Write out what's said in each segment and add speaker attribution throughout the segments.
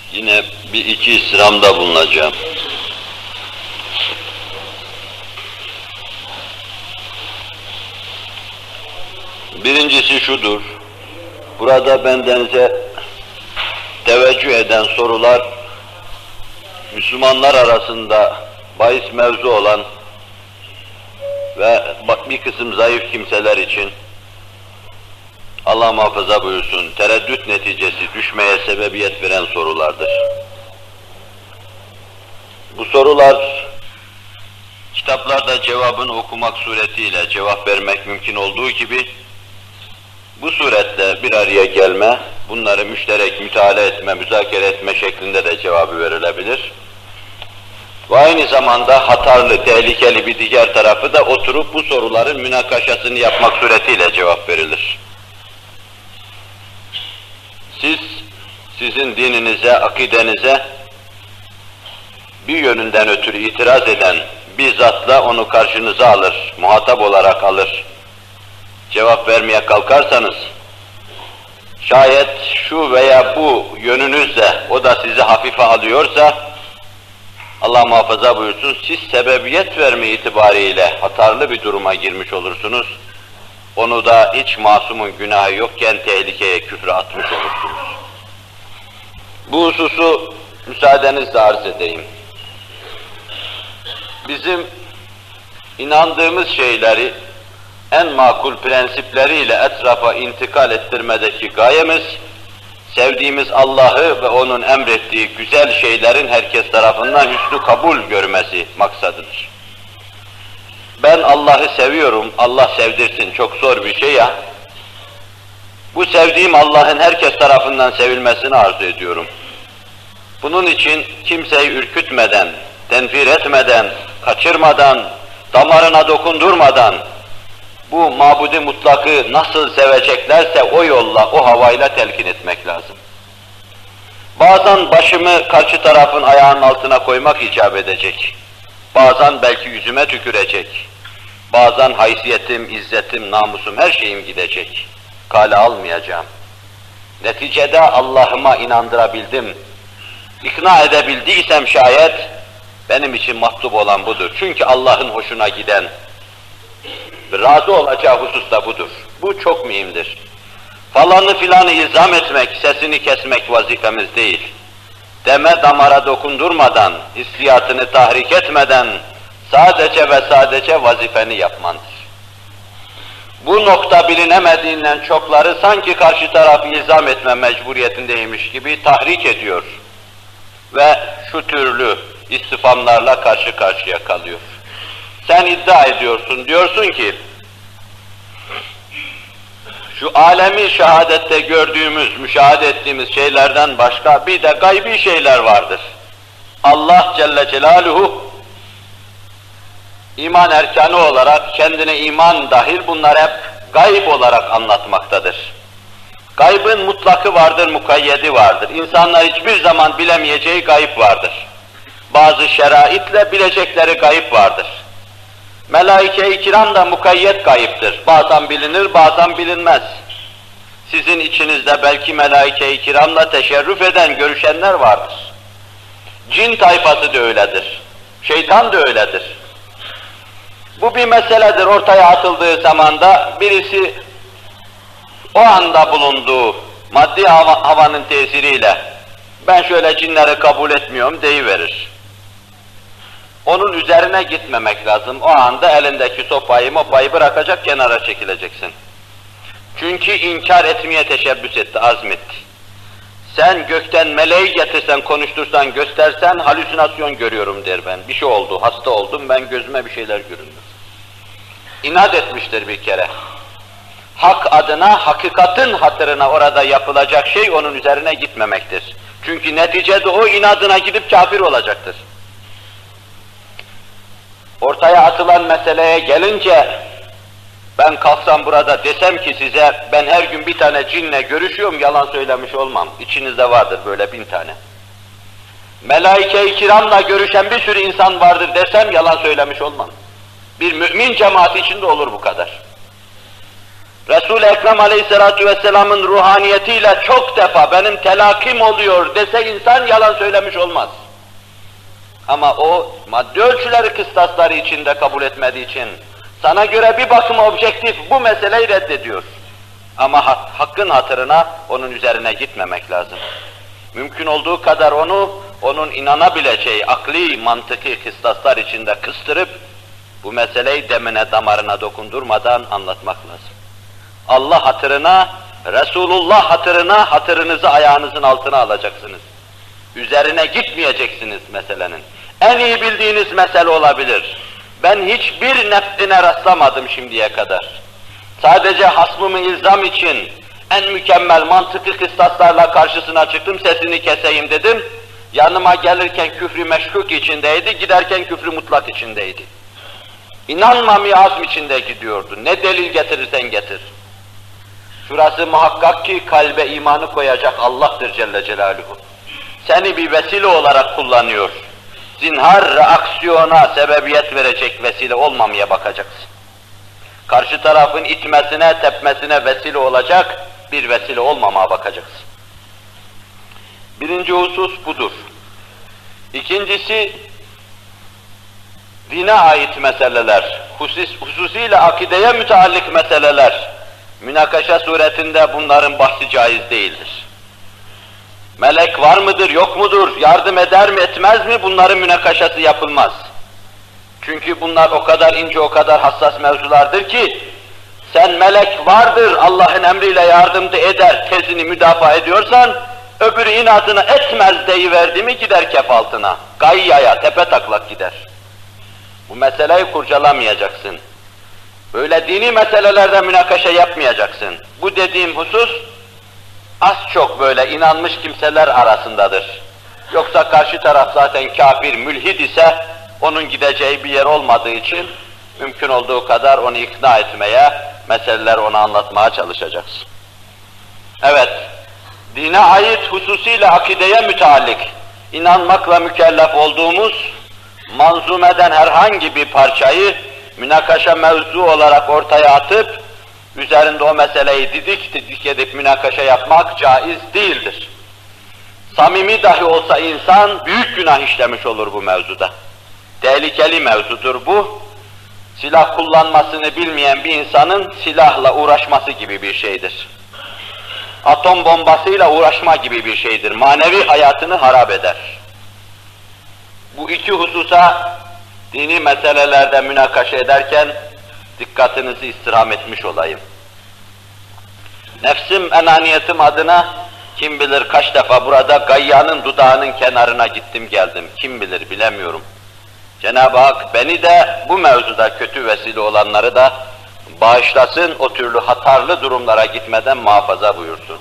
Speaker 1: Yine bir iki istirhamda bulunacağım. Birincisi şudur, burada bendenize teveccüh eden sorular, Müslümanlar arasında bahis mevzu olan ve bir kısım zayıf kimseler için Allah muhafaza buyursun, tereddüt neticesi düşmeye sebebiyet veren sorulardır. Bu sorular, kitaplarda cevabını okumak suretiyle cevap vermek mümkün olduğu gibi, bu suretle bir araya gelme, bunları müşterek müteala etme, müzakere etme şeklinde de cevabı verilebilir. Ve aynı zamanda hatarlı, tehlikeli bir diğer tarafı da oturup bu soruların münakaşasını yapmak suretiyle cevap verilir. Siz, sizin dininize, akidenize bir yönünden ötürü itiraz eden bir zatla onu karşınıza alır, muhatap olarak alır. Cevap vermeye kalkarsanız, şayet şu veya bu yönünüzle o da sizi hafife alıyorsa, Allah muhafaza buyursun, siz sebebiyet verme itibariyle hatarlı bir duruma girmiş olursunuz. Onu da hiç masumun günahı yokken tehlikeye, küfre atmış olursunuz. Bu hususu müsaadenizle arz edeyim. Bizim inandığımız şeyleri en makul prensipleriyle etrafa intikal ettirmedeki gayemiz, sevdiğimiz Allah'ı ve O'nun emrettiği güzel şeylerin herkes tarafından hüsnü kabul görmesi maksadıdır. Ben Allah'ı seviyorum, Allah sevdirsin, çok zor bir şey ya. Bu sevdiğim Allah'ın herkes tarafından sevilmesini arzu ediyorum. Bunun için kimseyi ürkütmeden, tenfir etmeden, kaçırmadan, damarına dokundurmadan, bu mabudi mutlakı nasıl seveceklerse o yolla, o havayla telkin etmek lazım. Bazen başımı karşı tarafın ayağının altına koymak icap edecek. Bazen belki yüzüme tükürecek. Bazen haysiyetim, izzetim, namusum, her şeyim gidecek. Kale almayacağım. Neticede Allah'ıma inandırabildim. İkna edebildiysem şayet, benim için matlub olan budur. Çünkü Allah'ın hoşuna giden, razı olacağı husus da budur. Bu çok mühimdir. Falanı filanı ilzam etmek, sesini kesmek vazifemiz değil. Deme damara dokundurmadan, hissiyatını tahrik etmeden, sadece ve sadece vazifeni yapmandır. Bu nokta bilinemediğinden çokları sanki karşı tarafı ilzam etme mecburiyetindeymiş gibi tahrik ediyor. Ve şu türlü istifamlarla karşı karşıya kalıyor. Sen iddia ediyorsun, diyorsun ki, şu alemi şehadette gördüğümüz, müşahede ettiğimiz şeylerden başka bir de gaybi şeyler vardır. Allah Celle Celaluhu, iman erkanı olarak, kendine iman dahil bunlar hep gayb olarak anlatmaktadır. Gaybın mutlakı vardır, mukayyedi vardır. İnsanlar hiçbir zaman bilemeyeceği gayb vardır. Bazı şeraitle bilecekleri gayb vardır. Melaike-i kiram da mukayyet gayiptir. Bazen bilinir, bazen bilinmez. Sizin içinizde belki melaike-i kiramla teşerrüf eden, görüşenler vardır. Cin tayfası da öyledir. Şeytan da öyledir. Bu bir meseledir. Ortaya atıldığı zamanda birisi o anda bulunduğu maddi havanın tesiriyle ben şöyle cinleri kabul etmiyorum deyiverir. Onun üzerine gitmemek lazım. O anda elindeki sopayı mopayı bırakacak, kenara çekileceksin. Çünkü inkar etmeye teşebbüs etti, azmetti. Sen gökten meleği getirsen, konuştursan, göstersen halüsinasyon görüyorum der ben. Bir şey oldu, hasta oldum, ben gözüme bir şeyler göründü. İnat etmiştir bir kere. Hak adına, hakikatin hatırına orada yapılacak şey onun üzerine gitmemektir. Çünkü neticede o inadına gidip kafir olacaktır. Ortaya atılan meseleye gelince, ben kalksam burada desem ki size, ben her gün bir tane cinle görüşüyorum, yalan söylemiş olmam. İçinizde vardır böyle 1000 tane. Melaike-i kiramla görüşen bir sürü insan vardır desem, yalan söylemiş olmam. Bir mümin cemaati içinde olur bu kadar. Resul-i Ekrem Aleyhisselatü Vesselam'ın ruhaniyetiyle çok defa benim telakkim oluyor dese insan yalan söylemiş olmaz. Ama o maddi ölçüleri kıstasları içinde kabul etmediği için sana göre bir bakıma objektif bu meseleyi reddediyor. Ama hakkın hatırına onun üzerine gitmemek lazım. Mümkün olduğu kadar onun inanabileceği akli, mantıki kıstaslar içinde kıstırıp bu meseleyi demine, damarına dokundurmadan anlatmak lazım. Allah hatırına, Resulullah hatırına, hatırınızı ayağınızın altına alacaksınız. Üzerine gitmeyeceksiniz meselenin. En iyi bildiğiniz mesele olabilir. Ben hiçbir nefsine rastlamadım şimdiye kadar. Sadece hasmımı ilzam için en mükemmel mantıklı kıstaslarla karşısına çıktım, sesini keseyim dedim. Yanıma gelirken küfrü meşkuk içindeydi, giderken küfrü mutlak içindeydi. İnanmamaya azm içinde gidiyordu. Ne delil getirirsen getir. Şurası muhakkak ki kalbe imanı koyacak Allah'tır Celle Celaluhu. Seni bir vesile olarak kullanıyor. Zinhar reaksiyona sebebiyet verecek vesile olmamaya bakacaksın. Karşı tarafın itmesine, tepmesine vesile olacak bir vesile olmamaya bakacaksın. Birinci husus budur. İkincisi, dine ait meseleler, hususiyle akideye müteallik meseleler, münakaşa suretinde bunların bahsi caiz değildir. Melek var mıdır, yok mudur, yardım eder mi, etmez mi, bunların münakaşası yapılmaz. Çünkü bunlar o kadar ince, o kadar hassas mevzulardır ki, sen melek vardır, Allah'ın emriyle yardım da eder, tezini müdafaa ediyorsan, öbürü inatına etmez deyiverdi mi gider kef altına, gayyaya, tepe taklak gider. Bu meseleyi kurcalamayacaksın. Böyle dini meselelerde münakaşa yapmayacaksın. Bu dediğim husus, az çok böyle inanmış kimseler arasındadır. Yoksa karşı taraf zaten kafir, mülhid ise, onun gideceği bir yer olmadığı için, mümkün olduğu kadar onu ikna etmeye, meseleleri ona anlatmaya çalışacaksın. Evet, dine ait hususiyle akideye müteallik, inanmakla mükellef olduğumuz, manzumeden herhangi bir parçayı münakaşa mevzu olarak ortaya atıp, üzerinde o meseleyi didik edip münakaşa yapmak caiz değildir. Samimi dahi olsa insan büyük günah işlemiş olur bu mevzuda. Tehlikeli mevzudur bu. Silah kullanmasını bilmeyen bir insanın silahla uğraşması gibi bir şeydir. Atom bombasıyla uğraşma gibi bir şeydir. Manevi hayatını harap eder. Bu iki hususa dini meselelerde münakaşa ederken dikkatinizi istirham etmiş olayım. Nefsim, enaniyetim adına kim bilir kaç defa burada gayyanın dudağının kenarına gittim geldim. Kim bilir bilemiyorum. Cenab-ı Hak beni de bu mevzuda kötü vesile olanları da bağışlasın, o türlü hatarlı durumlara gitmeden muhafaza buyursun.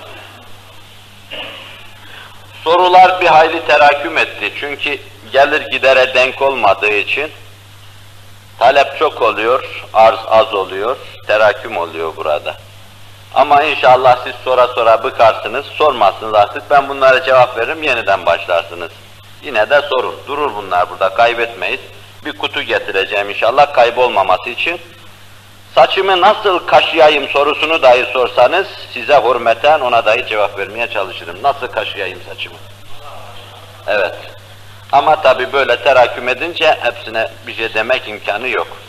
Speaker 1: Sorular bir hayli teraküm etti çünkü gelir gidere denk olmadığı için talep çok oluyor, arz az oluyor, teraküm oluyor burada. Ama inşallah siz sonra bıkarsınız, sormazsınız artık, ben bunlara cevap veririm, yeniden başlarsınız. Yine de sorun, durur bunlar burada, kaybetmeyiz. Bir kutu getireceğim inşallah kaybolmaması için. Saçımı nasıl kaşıyayım sorusunu dahi sorsanız, size hürmeten ona dahi cevap vermeye çalışırım. Nasıl kaşıyayım saçımı? Evet. Ama tabii böyle teraküm edince hepsine bir şey demek imkanı yok.